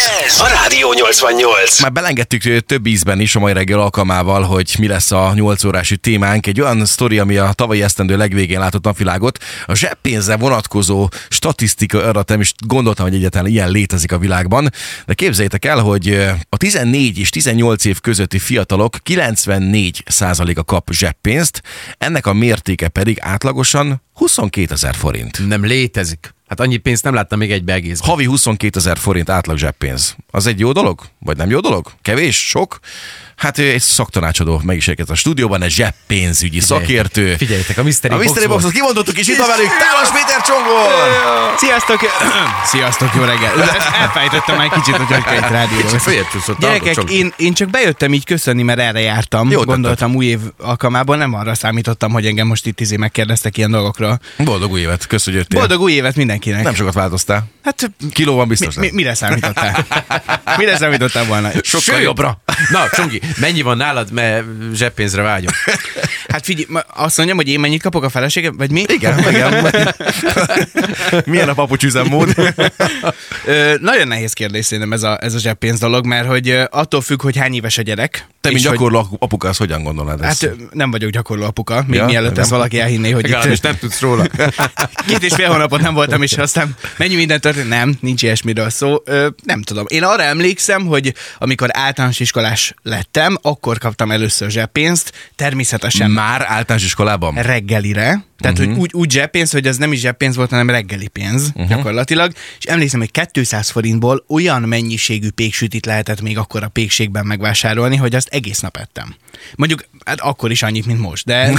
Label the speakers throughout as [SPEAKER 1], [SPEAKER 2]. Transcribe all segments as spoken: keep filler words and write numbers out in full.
[SPEAKER 1] Ez a Rádió nyolcvannyolc.
[SPEAKER 2] Már belengedtük több ízben is a mai reggel alkalmával, hogy mi lesz a nyolc órású témánk. Egy olyan sztori, ami a tavalyi esztendő legvégén látott napvilágot. A zseppénzre vonatkozó statisztika adat, nem is gondoltam, hogy egyáltalán ilyen létezik a világban. De képzeljétek el, hogy a tizennégy és tizennyolc év közötti fiatalok kilencvennégy százaléka kap zseppénzt, ennek a mértéke pedig átlagosan huszonkétezer forint.
[SPEAKER 3] Nem létezik. Hát annyi pénzt nem láttam még egybe egészben.
[SPEAKER 2] Havi huszonkétezer forint átlag zseppénz. Az egy jó dolog? Vagy nem jó dolog? Kevés? Sok? Hát ő egy szaktanácsadó meg is érkezett a stúdióban, egy zseppénzügyi szakértő.
[SPEAKER 3] Figyeljétek, a Mystery
[SPEAKER 2] A
[SPEAKER 3] Box
[SPEAKER 2] Mystery Boxot kimondottuk, és itt van velük Tálas Péter Csongor!
[SPEAKER 4] Sziasztok! Sziasztok, jó reggel! Elfejtettem már egy kicsit, hogy hogy kell egy rádióban.
[SPEAKER 3] Följebb csúszott.
[SPEAKER 4] Gyerekek, én, én csak bejöttem így köszönni, mert erre jártam.
[SPEAKER 2] Jó,
[SPEAKER 4] gondoltam új év alkalmában, nem arra számítottam, hogy engem most itt izé megkérdeztek ilyen dolgokról.
[SPEAKER 2] Boldog új évet, kösz, hogy jöttél.
[SPEAKER 4] Boldog új évet mindenkinek.
[SPEAKER 2] Nem sokat változtál.
[SPEAKER 4] Hát
[SPEAKER 2] Kilóban biztos
[SPEAKER 4] mi, mi, mire számítottál? Mire számítottál volna?
[SPEAKER 3] Sokkal jobbra. Na, Csongi, mennyi van nálad, mert zseppénzre vágyom?
[SPEAKER 4] Hát figyelj, azt mondjam, hogy én mennyit kapok a feleségem, vagy mi?
[SPEAKER 2] Igen, igen. Milyen a papucs üzemmód?
[SPEAKER 4] Ö, nagyon nehéz kérdés szerintem ez a, ez a zseppénz dolog, mert hogy attól függ, hogy hány éves a gyerek.
[SPEAKER 2] Te, mint
[SPEAKER 4] hogy...
[SPEAKER 2] gyakorló apuka, azt hogyan gondolnád ezt?
[SPEAKER 4] Hát nem vagyok gyakorló apuka, még
[SPEAKER 2] Ja,
[SPEAKER 4] mielőtt
[SPEAKER 2] nem.
[SPEAKER 4] ezt valaki elhinné, hogy
[SPEAKER 3] Legalábbis
[SPEAKER 4] itt
[SPEAKER 3] nem tudsz róla.
[SPEAKER 4] két és fél hónapot nem voltam, és aztán mennyi minden történt. Nem, nincs ilyesmiről szó. Ö, nem tudom. Én arra emlékszem, hogy amikor általános iskolás lettem, akkor kaptam először zseppénzt, természetesen
[SPEAKER 2] Már általános iskolában?
[SPEAKER 4] reggelire. Tehát, uh-huh. hogy úgy, úgy zseppénz, hogy az nem is zseppénz volt, hanem reggeli pénz uh-huh. gyakorlatilag. És emlékszem, hogy kétszáz forintból olyan mennyiségű péksütit lehetett még akkor a pékségben megvásárolni, hogy azt egész nap ettem. Mondjuk, hát akkor is annyit, mint most, de...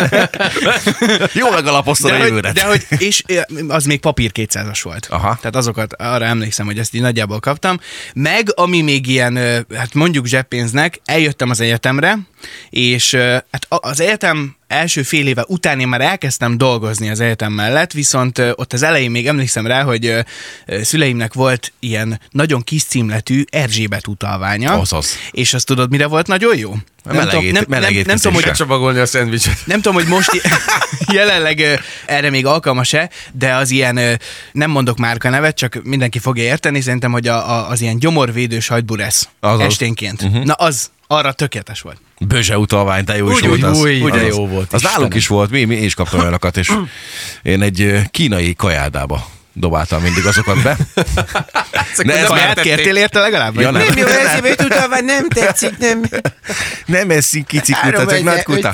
[SPEAKER 2] Jó megalapoztad a
[SPEAKER 4] de,
[SPEAKER 2] jövőre.
[SPEAKER 4] hogy, de hogy, és az még papír kétszázas volt.
[SPEAKER 2] Aha.
[SPEAKER 4] Tehát azokat, arra emlékszem, hogy ezt így nagyjából kaptam. Meg, ami még ilyen, hát mondjuk zseppénznek, eljöttem az egyetemre, és hát az egyetem első fél éve után én már elkezdtem dolgozni az egyetem mellett, viszont ott az elején még emlékszem rá, hogy szüleimnek volt ilyen nagyon kis címletű Erzsébet utalványa.
[SPEAKER 2] Azaz.
[SPEAKER 4] És azt tudod, mire volt nagyon jó? Nem,
[SPEAKER 2] Melegét,
[SPEAKER 4] tudom, nem, nem,
[SPEAKER 2] melegét
[SPEAKER 4] nem tudom, hogy
[SPEAKER 3] Csomagolni a szendvicset.
[SPEAKER 4] nem tudom, hogy most jelenleg erre még alkalmas-e, de az ilyen, nem mondok márka nevet, csak mindenki fogja érteni, szerintem, hogy a, a, az ilyen gyomorvédő sajtburesz esténként. Uh-huh. Na az, arra tökéletes volt.
[SPEAKER 2] Bözse utalvány, de jó is
[SPEAKER 4] Úgy,
[SPEAKER 2] volt
[SPEAKER 4] úgy,
[SPEAKER 2] az.
[SPEAKER 4] úgy,
[SPEAKER 3] úgy, de
[SPEAKER 2] Az-
[SPEAKER 3] jó volt,
[SPEAKER 2] Az nálunk
[SPEAKER 3] Istenem.
[SPEAKER 2] is volt, mi, mi én is kaptam olyanokat, és én egy ö, kínai kajádába dobáltam mindig azokat be.
[SPEAKER 3] Ezek
[SPEAKER 2] Ne, ez
[SPEAKER 3] nem
[SPEAKER 2] már
[SPEAKER 4] Kaját
[SPEAKER 3] értették.
[SPEAKER 4] kértél érte legalább?
[SPEAKER 2] Ja, nem.
[SPEAKER 4] nem jó Erzsébet utalvány, nem tetszik, nem.
[SPEAKER 2] Nem eszik kicsi kuta, csak nagy kuta.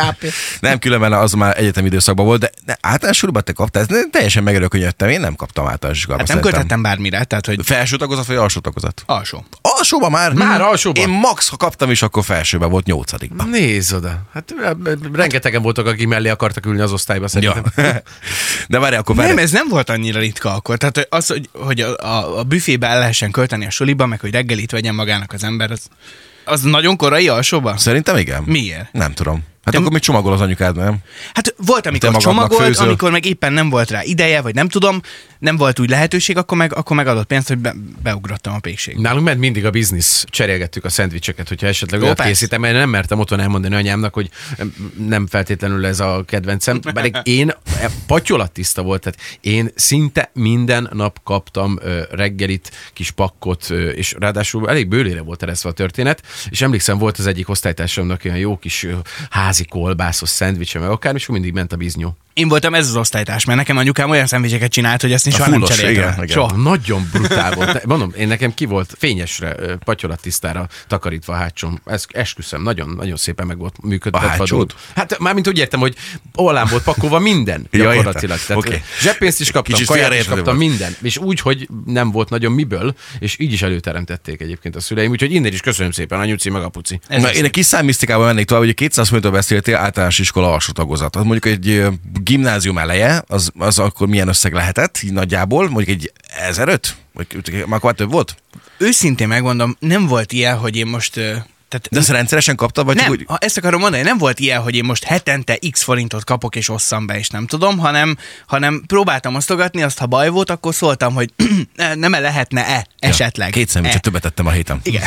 [SPEAKER 2] Nem, különben az már egyetemi időszakban volt, de, de általános suliban te kaptál, ez nem- teljesen megörökönyödtem, én nem kaptam általános iskolában.
[SPEAKER 4] Hát nem
[SPEAKER 2] szerintem.
[SPEAKER 4] költettem bármire, tehát hogy
[SPEAKER 2] Felső tagozat vagy alsó tagozat?
[SPEAKER 4] alsó.
[SPEAKER 2] Alsóban már?
[SPEAKER 3] Már alsóban?
[SPEAKER 2] Én max, ha kaptam is, akkor felsőben volt nyolcadikban.
[SPEAKER 3] Nézd oda. Hát rengetegen voltak, akik mellé akartak ülni az osztályba szerintem.
[SPEAKER 2] Ja. De várj, akkor
[SPEAKER 4] Nem,
[SPEAKER 2] várj.
[SPEAKER 4] ez nem volt annyira ritka akkor. Tehát az, hogy, hogy a, a, a büfébe el lehessen költeni a suliba, meg hogy reggelit vegyen magának az ember, az, az nagyon korai alsóba?
[SPEAKER 2] Szerintem igen.
[SPEAKER 4] Miért?
[SPEAKER 2] Nem tudom. Hát
[SPEAKER 4] Te-
[SPEAKER 2] akkor még csomagol az anyukád, nem?
[SPEAKER 4] Hát volt, amikor
[SPEAKER 2] magadnak
[SPEAKER 4] csomagolt,
[SPEAKER 2] főzöl.
[SPEAKER 4] amikor meg éppen nem volt rá ideje, vagy nem tudom, nem volt úgy lehetőség, akkor meg, akkor meg adott pénzt, hogy be, beugrottam a pékségbe.
[SPEAKER 3] Nálunk ment mindig a biznisz, cserélgettük a szendvicseket, hogyha esetleg
[SPEAKER 4] Ó,
[SPEAKER 3] olyat
[SPEAKER 4] persze.
[SPEAKER 3] készítem, mert nem mertem otthon elmondani anyámnak, hogy nem feltétlenül ez a kedvencem. Bár én patyolattiszta volt, tehát én szinte minden nap kaptam ö, reggelit, kis pakkot, ö, és ráadásul elég bőlére volt ereszve a történet, és emlékszem, volt az egyik osztálytársamnak ilyen jó kis ö, házi kolbászos szendvicse, meg akármi, és akkor mindig ment a biznyó.
[SPEAKER 4] Én voltam ez az osztálytárs, mert nekem anyukám olyan szendvicseket csinált, hogy ezt is
[SPEAKER 2] A
[SPEAKER 4] soha nem
[SPEAKER 2] fullos,
[SPEAKER 4] cseréltem.
[SPEAKER 2] igen,
[SPEAKER 4] el.
[SPEAKER 2] igen.
[SPEAKER 4] Soha.
[SPEAKER 3] Nagyon brutál volt. Mondom, én nekem ki volt fényesre, ö, patyolattisztára takarítva a hátsóm. Ez esküszöm, nagyon, nagyon szépen meg volt működve.
[SPEAKER 2] A hátsód?
[SPEAKER 3] Hát mármint úgy értem, hogy olán volt pakolva minden
[SPEAKER 2] Ja,
[SPEAKER 3] gyakorlatilag.
[SPEAKER 2] értem.
[SPEAKER 3] Tehát
[SPEAKER 2] Oké.
[SPEAKER 3] zseppénzt is kaptam,
[SPEAKER 2] Kicsit
[SPEAKER 3] kaját is
[SPEAKER 2] félreérthető
[SPEAKER 3] kaptam,
[SPEAKER 2] volt.
[SPEAKER 3] minden. És úgy, hogy nem volt nagyon miből, és így is előteremtették egyébként a szüleim. Úgyhogy innen is köszönöm szépen, anyuci meg apuci.
[SPEAKER 4] Ez
[SPEAKER 2] Na,
[SPEAKER 4] az.
[SPEAKER 2] én egy kis számmisztikával mennék tovább, hogy kétszáz forintról beszéltél általános iskola alsó tagozat. Az mondjuk egy ö, gimnázium eleje, az, az akkor milyen összeg lehetett, így nagyjából, mondjuk egy ezeröt? Vagy már akkor több volt?
[SPEAKER 4] Őszintén megmondom, nem volt ilyen, hogy én most ö, Tehát
[SPEAKER 2] De ezt rendszeresen kaptad, vagy
[SPEAKER 4] nem,
[SPEAKER 2] csak úgy?
[SPEAKER 4] ha ezt akarom mondani, nem volt ilyen, hogy én most hetente x forintot kapok és osszam be, és nem tudom, hanem, hanem próbáltam osztogatni, azt ha baj volt, akkor szóltam, hogy nem lehetne-e esetleg.
[SPEAKER 2] Két szendvicset
[SPEAKER 4] e.
[SPEAKER 2] többet tettem a héten.
[SPEAKER 4] Igen.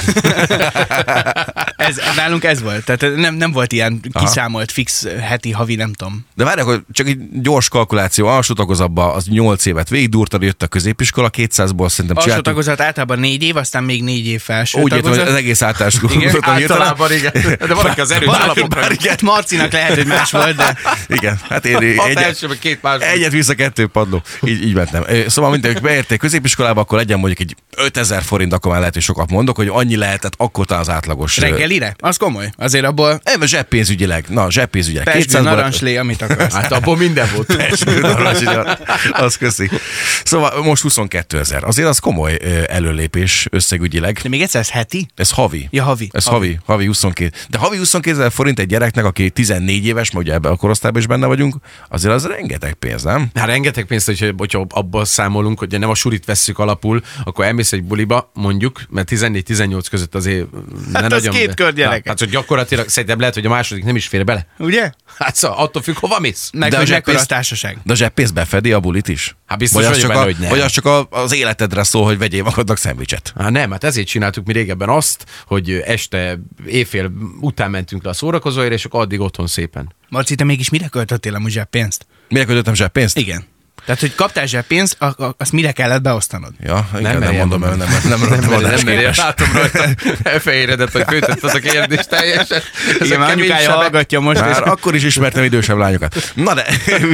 [SPEAKER 4] ez, nálunk ez volt. Tehát nem, nem volt ilyen kiszámolt, fix heti, havi, nem tudom.
[SPEAKER 2] De várj, hogy csak egy gyors kalkuláció, alsó tagozatban az nyolc évet végigdurtad, jött a középiskola, kétszázból szerintem
[SPEAKER 4] Alsó
[SPEAKER 2] csináltunk.
[SPEAKER 4] tagozat általában négy év, aztán még négy év felső
[SPEAKER 2] Úgy értem, hogy
[SPEAKER 4] tagozat.
[SPEAKER 2] az egész általános
[SPEAKER 4] Igen,
[SPEAKER 3] Általában igen. De valaki az erős
[SPEAKER 4] Valaki,
[SPEAKER 3] állapotban.
[SPEAKER 4] hát Marcinak lehet, hogy más volt, de
[SPEAKER 2] Igen, hát én
[SPEAKER 3] Hat
[SPEAKER 2] egyet,
[SPEAKER 3] elsőben két más.
[SPEAKER 2] egyet vissza, kettő padló. Így, így mentem. Szóval, mint ők beérték középiskolába, akkor legyen mondjuk egy ötezer forint, akkor már lehet, hogy sokat mondok, hogy annyi lehetett akkor talán az átlagos.
[SPEAKER 4] reggelire? Az komoly. Azért abból
[SPEAKER 2] Nem, zseppénzügyileg. Na, zseppénzügyileg.
[SPEAKER 4] Pesgő,
[SPEAKER 2] kétszázból
[SPEAKER 4] narancslé, amit akarsz.
[SPEAKER 3] Hát abból minden volt.
[SPEAKER 2] Pesgő, narancslé, az köszi. Szóval most huszonkétezer. Azért az komoly ö, előlépés összegügyileg.
[SPEAKER 4] De még egyszer, ez heti?
[SPEAKER 2] Ez havi.
[SPEAKER 4] Ja, havi.
[SPEAKER 2] Ez havi, havi, havi huszonkettő. De havi huszonkétezer forint egy gyereknek, aki tizennégy éves, mert ugye ebben a korosztályban is benne vagyunk, azért az rengeteg pénz, nem?
[SPEAKER 3] Hát rengeteg pénzt, hogyha, hogyha abból számolunk, hogy nem a sulit vesszük alapul, akkor elmész egy buliba, mondjuk, mert tizennégy tizennyolc között azért
[SPEAKER 4] Hát
[SPEAKER 3] ne
[SPEAKER 4] az
[SPEAKER 3] nagyon...
[SPEAKER 4] két kör gyerek.
[SPEAKER 3] Hát, hogy gyakorlatilag szerintem lehet, hogy a második nem is fér bele.
[SPEAKER 4] Ugye?
[SPEAKER 3] Hát szóval attól függ, hova mész.
[SPEAKER 4] Meg,
[SPEAKER 2] De a
[SPEAKER 4] hogy mekkora a
[SPEAKER 2] zseppénz-
[SPEAKER 4] társaság.
[SPEAKER 2] De a zseppénz befedi a bulit is?
[SPEAKER 3] Hát biztos
[SPEAKER 2] vagy az
[SPEAKER 3] vagyok
[SPEAKER 2] csak,
[SPEAKER 3] benne,
[SPEAKER 2] a,
[SPEAKER 3] hogy nem.
[SPEAKER 2] vagy az csak a, az életedre szól, hogy vegyél magadnak szendvicset.
[SPEAKER 3] Hát nem, hát ezért csináltuk mi régebben azt, hogy este éjfél után mentünk le a szórakozóért, és akkor addig otthon szépen.
[SPEAKER 4] Marci, te mégis mire költöttél amúgy zseppénzt?
[SPEAKER 2] Mire költöttem zseppénzt?
[SPEAKER 4] Igen. Tehát, hogy kaptál zseppénzt, a- a- azt mire kellett beosztanod?
[SPEAKER 2] Ja, inkább nem,
[SPEAKER 3] merjem
[SPEAKER 2] mondom, mert
[SPEAKER 3] mondani.
[SPEAKER 2] nem, nem, nem, nem, nem,
[SPEAKER 3] nem,
[SPEAKER 2] nem,
[SPEAKER 3] nem, látom rajta, elfehéredett, hogy főtett az a kérdés teljesen. Ez
[SPEAKER 4] Igen,
[SPEAKER 3] a
[SPEAKER 4] már anyukája
[SPEAKER 3] keménysebbek.
[SPEAKER 4] hallgatja most.
[SPEAKER 2] Már
[SPEAKER 4] és-
[SPEAKER 2] akkor is ismertem idősebb lányokat. Na de,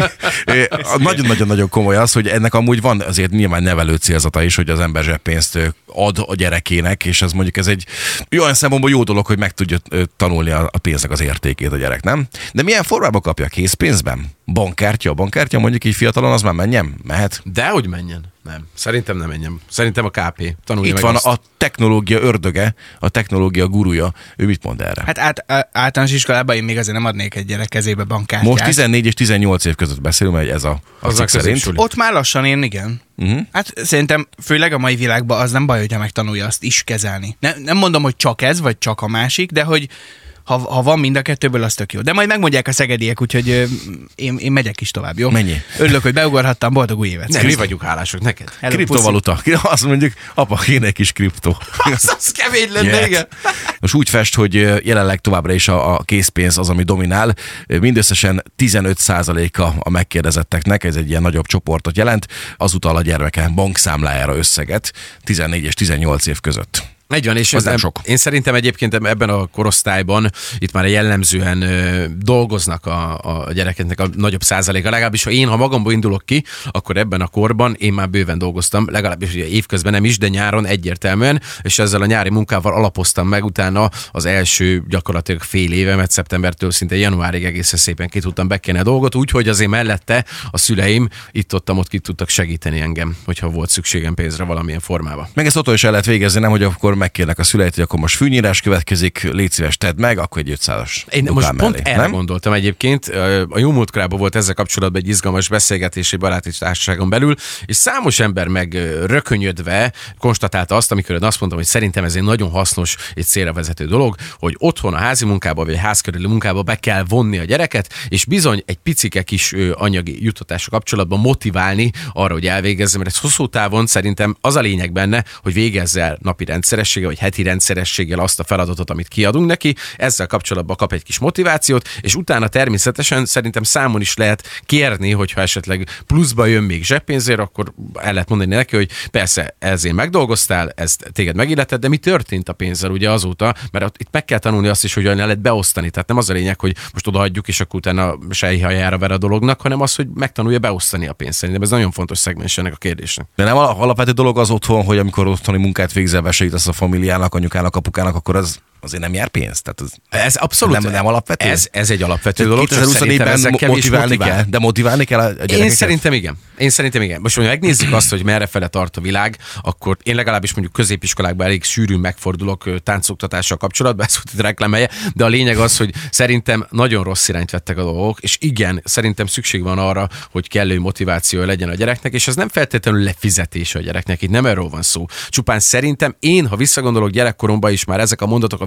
[SPEAKER 2] nagyon-nagyon-nagyon komoly az, hogy ennek amúgy van azért nyilván nevelő célzata is, hogy az ember zseppénzt ö, ad a gyerekének, és ez mondjuk ez egy olyan szempontból jó dolog, hogy meg tudja ö, tanulni a, a pénznek az értékét a gyerek, nem? De milyen formában kapja? Készpénzben? Bankkártya? A bankkártya mondjuk így fiatalon, az már menjen? Mehet?
[SPEAKER 3] De hogy menjen? Nem. Szerintem nem menjen. Szerintem a ká pé. Tanulja
[SPEAKER 2] Itt
[SPEAKER 3] meg
[SPEAKER 2] van
[SPEAKER 3] azt.
[SPEAKER 2] a technológia ördöge, a technológia gurúja. Ő mit mond erre?
[SPEAKER 4] Hát át, á- általános iskolában én még azért nem adnék egy gyerek kezébe bankkártyát.
[SPEAKER 2] Most tizennégy és tizennyolc év között beszélünk, mert ez a, a
[SPEAKER 3] Az
[SPEAKER 2] cikk
[SPEAKER 3] a
[SPEAKER 2] szerint.
[SPEAKER 3] középsuli.
[SPEAKER 4] Ott már lassan én igen.
[SPEAKER 2] Uh-huh.
[SPEAKER 4] Hát szerintem főleg a mai világban az nem baj, hogyha megtanulja azt is kezelni. Ne, nem mondom, hogy csak ez, vagy csak a másik, de hogy ha, ha van mind a kettőből, az tök jó. De majd megmondják a szegediek, úgyhogy ö, én, én megyek is tovább, jó?
[SPEAKER 2] Menjél.
[SPEAKER 4] Örülök, hogy beugorhattam, boldog új évet.
[SPEAKER 3] Nem, mi vagyunk hálások neked.
[SPEAKER 4] Hello,
[SPEAKER 2] Kriptovaluta. Azt mondjuk, apa, kéne egy kis kriptó.
[SPEAKER 3] Az, az kemény lenne,
[SPEAKER 2] Jöhet.
[SPEAKER 3] igen.
[SPEAKER 2] Most úgy fest, hogy jelenleg továbbra is a, a készpénz az, ami dominál. Mindösszesen tizenöt százaléka a megkérdezetteknek, ez egy ilyen nagyobb csoportot jelent, azúttal a gyermeke bankszámlájára összeget tizennégy és tizennyolc év között.
[SPEAKER 3] Így van, és
[SPEAKER 2] Az
[SPEAKER 3] ez
[SPEAKER 2] nem
[SPEAKER 3] nem,
[SPEAKER 2] sok.
[SPEAKER 3] én szerintem egyébként ebben a korosztályban itt már jellemzően ö, dolgoznak a, a gyerekeknek a nagyobb százaléka. Legalábbis, ha én, ha magamból indulok ki, akkor ebben a korban én már bőven dolgoztam, legalábbis ugye évközben nem is, de nyáron egyértelműen, és ezzel a nyári munkával alapoztam meg utána az első gyakorlatilag fél évemet, szeptembertől szinte januárig egészen szépen ki tudtam bekenni a dolgot, úgyhogy azért mellette a szüleim itt-ottam ott ki tudtak segíteni engem, hogyha volt szükségem pénzre valamilyen formában.
[SPEAKER 2] Meg ezt otthon is el lehet végezni, nem, hogy akkor megkérnek a szüleit, hogy akkor most fűnyírás következik, légy szíves, tedd meg, akkor egy ötszázas
[SPEAKER 3] Én most
[SPEAKER 2] dukán
[SPEAKER 3] pont
[SPEAKER 2] mellé,
[SPEAKER 3] erre
[SPEAKER 2] nem?
[SPEAKER 3] gondoltam egyébként. A jó múltkorában volt ezzel kapcsolatban egy izgalmas beszélgetés egy baráti társaságon belül, és számos ember meg ö, rökönyödve konstatálta azt, amikor én azt mondtam, hogy szerintem ez egy nagyon hasznos, egy célra vezető dolog, hogy otthon a házi munkába vagy a házkörüli munkába be kell vonni a gyereket, és bizony egy picike kis ö, anyagi juttatásra kapcsolatban motiválni arra, hogy elvégezze, mert ez hosszú távon szerintem az a lényeg benne, hogy végezze el napi rendszerességgel vagy heti rendszerességgel azt a feladatot, amit kiadunk neki, ezzel kapcsolatban kap egy kis motivációt, és utána természetesen szerintem számon is lehet kérni, hogyha esetleg pluszba jön még zseppénzért, akkor el lehet mondani neki, hogy persze ezért megdolgoztál, ezt téged megilletett, de mi történt a pénzzel ugye azóta, mert ott, itt meg kell tanulni azt is, hogy olyan lehet beosztani. Tehát nem az a lényeg, hogy most odaadjuk, és akkor utána sejhajára ver a dolognak, hanem az, hogy megtanulja beosztani a pénzt. Szerintem ez nagyon fontos szegmens ennek a kérdésnek.
[SPEAKER 2] De nem al- alapvető dolog az otthon, hogy amikor otthoni munkát végzel, segítesz a familiának, anyukának, apukának, akkor az azért nem jár pénzt. Tehát az
[SPEAKER 3] Ez abszolút
[SPEAKER 2] nem, nem alapvető.
[SPEAKER 3] Ez, ez egy alapvető dolog, csak
[SPEAKER 2] kétezer-huszonnégyben
[SPEAKER 3] szerintem ezzel kevés
[SPEAKER 2] motiválni
[SPEAKER 3] motivál.
[SPEAKER 2] kell, de motiválni kell a gyerekeket?
[SPEAKER 3] Én szerintem igen. Én szerintem igen. Most, hogy megnézzük azt, hogy merre fele tart a világ, akkor én legalábbis mondjuk középiskolákban elég sűrűn megfordulok ö, táncoktatással kapcsolatban, ez volt egy reklámhelye, de a lényeg az, hogy szerintem nagyon rossz irányt vettek a dolgok, és igen, szerintem szükség van arra, hogy kellő motiváció legyen a gyereknek, és ez nem feltétlenül lefizetése a gyereknek, itt nem erről van szó. Csupán szerintem én, ha visszagondolok gyerekkoromban is, már ezek a mondatok a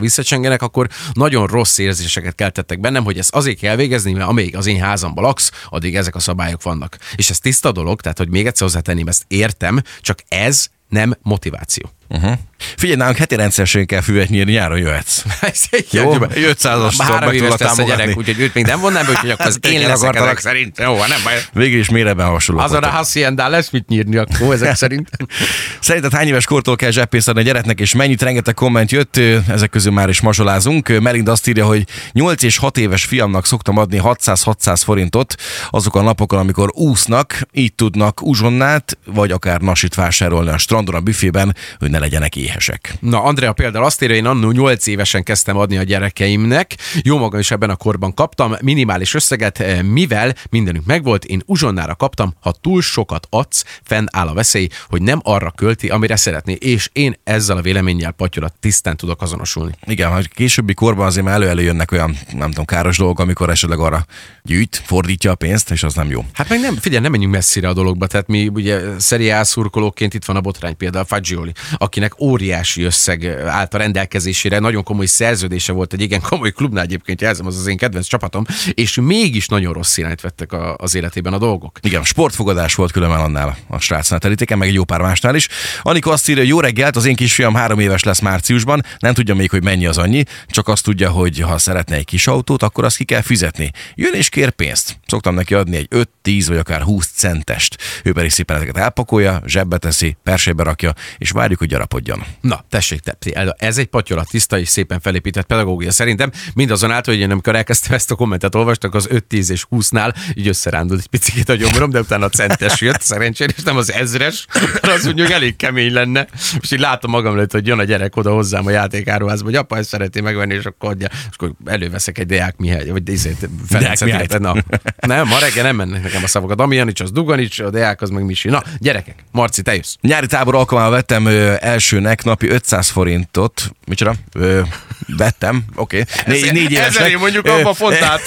[SPEAKER 3] visszacsengenek, akkor nagyon rossz érzéseket keltettek bennem, hogy ezt azért kell végezni, mert amíg az én házamban laksz, addig ezek a szabályok vannak. És ez tiszta dolog, tehát hogy még egyszer hozzátenném, ezt értem, csak ez nem motiváció.
[SPEAKER 2] Uh-huh. Figyelj, nálunk heti rendszeresen kell füvet nyírni, nyáron jöhetsz.
[SPEAKER 3] Jó,
[SPEAKER 2] ötszázas
[SPEAKER 3] három éves lesz a gyerek, úgyhogy őt még nem vonnám be, úgyhogy akkor az én leszek ezek szerint. Jó, nem baj.
[SPEAKER 2] Végül is méretben hasonló.
[SPEAKER 3] Azon a haciendán lesz mit nyírni akkor ezek szerint.
[SPEAKER 2] Szerinted hány éves kortól kell zseppénzt adni a gyereknek, és mennyit? Rengeteg komment jött, ezek közül már is mazsolázunk. Melinda azt írja, hogy nyolc és hat éves fiamnak szoktam adni hatszáz-hatszáz forintot azok a napokon, amikor úsznak, így tudnak uzsonnát, vagy akár nasit vásárolni a strandon, a büfében, hogy ne legyenek éhesek.
[SPEAKER 3] Na, Andrea például azt írja, én annó nyolc évesen kezdtem adni a gyerekeimnek, jó magam is ebben a korban kaptam minimális összeget, mivel mindenünk megvolt, én uzsonnára kaptam, ha túl sokat adsz, fennáll a veszély, hogy nem arra költi, amire szeretné, és én ezzel a véleménnyel patyolat tisztán tudok azonosulni.
[SPEAKER 2] Igen, hogy későbbi korban azért már elő-elő jönnek olyan, nem tudom, káros dolgok, amikor esetleg arra gyűjt, fordítja a pénzt, és az nem jó.
[SPEAKER 3] Hát meg nem, figyelj, nem menjünk messzire a dologba, tehát mi ugye Serie A szurkolóként itt van a botrány például Fagioli, akinek óriási összeg állt a rendelkezésére, nagyon komoly szerződése volt egy igen komoly klubnál, egyébként jelzem, az az én kedvenc csapatom, és mégis nagyon rossz irányt vettek a, az életében a dolgok.
[SPEAKER 2] Igen, sportfogadás volt különben annál a srácnál terítéken, meg egy jó pár másnál is. Anikó azt írja, jó reggelt, az én kisfiam három éves lesz márciusban, nem tudja még, hogy mennyi az annyi, csak azt tudja, hogy ha szeretne egy kis autót, akkor azt ki kell fizetni. Jön és kér pénzt. Szoktam neki adni egy öt, tíz vagy akár húsz centest. Ő pedig szépen ezeket elpakolja, zsebbe teszi, persébe rakja, és várjuk, hogy gyarapodjon.
[SPEAKER 3] Na, tessék, te, ez egy patyolat tiszta és szépen felépített pedagógia szerintem. Mindazonáltal, hogy én amikor elkezdtem ezt a kommentet olvastak, az öt, tíz és húsznál így összerándult egy picit a gyomrom, de utána a centes jött szerencsére, és nem az ezres, mert az mondjuk elég kemény lenne. És így látom magam előtt, hogy jön a gyerek oda hozzám a játékáruházba, hogy apa ezt szereti megvenni, és akkor adja, és akkor előveszek egy Deák Mihály, vagy Dézét, Ferencet. Na, nem, ma reggel nem mennek nekem a szavakat. Damianics, az Duganics, a Deák, az meg Misi. Na, gyerekek, Marci, te jössz.
[SPEAKER 2] Nyári tábor alkalmával vettem ö, elsőnek napi ötszáz forintot. Micsoda? Ö, vettem, oké. Okay. Né- négy évesnek.
[SPEAKER 3] Ezeré mondjuk abba fontát.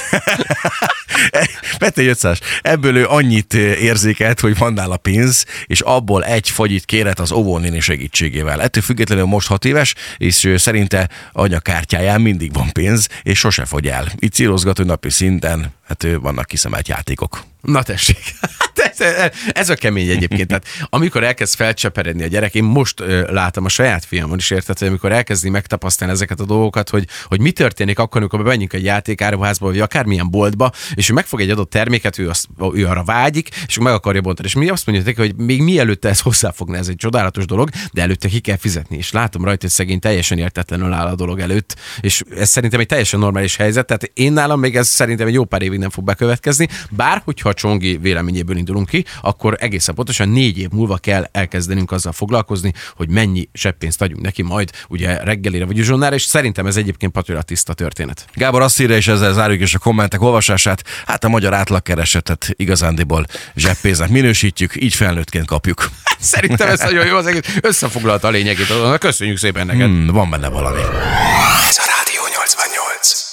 [SPEAKER 2] Vettem egy ötszáz. Ebből ő annyit érzékelt, hogy van nála pénz, és abból egy fagyit kérhet az óvónéni segítségével. Ettől függetlenül most hat éves, és szerinte anyakártyáján mindig van pénz, és sose fogy el. Így célozgat, hogy napi szinten hát vannak kiszemelt játékok.
[SPEAKER 3] Na tessék, ez, ez a kemény egyébként. Tehát amikor elkezd felcseperedni a gyerek, én most ö, látom a saját fiamon is, érted, hogy amikor elkezdi megtapasztalni ezeket a dolgokat, hogy, hogy mi történik akkor, amikor bemegyünk egy játékáruházba, vagy akármilyen boltba, és ő megfog egy adott terméket, ő, azt, ő arra vágyik, és meg akarja bontani. És mi azt mondjuk neki, hogy még mielőtt ez hozzáfogna, ez egy csodálatos dolog, de előtte ki kell fizetni. És látom rajta, hogy szegény teljesen értetlenül áll a dolog előtt. És ez szerintem egy teljesen normális helyzet. Tehát én nálam még ez szerintem egy jó pár évig nem fog bekövetkezni, bár hogyha a Csongi véleményéből indulunk ki, akkor egészen pontosan négy év múlva kell elkezdenünk azzal foglalkozni, hogy mennyi zseppénzt adjunk neki majd ugye reggelire vagy uzsonnára, és szerintem ez egyébként patriotista történet.
[SPEAKER 2] Gábor azt írja, és ezzel zárjuk is a kommentek olvasását, hát a magyar átlagkeresetet igazándiból zseppénznek minősítjük, így felnőttként kapjuk.
[SPEAKER 3] Szerintem ez nagyon jó, az egész összefoglalta a lényegét. Köszönjük szépen neked.
[SPEAKER 2] Hmm, van benne valami.
[SPEAKER 1] Ez a Rádió nyolcvannyolc.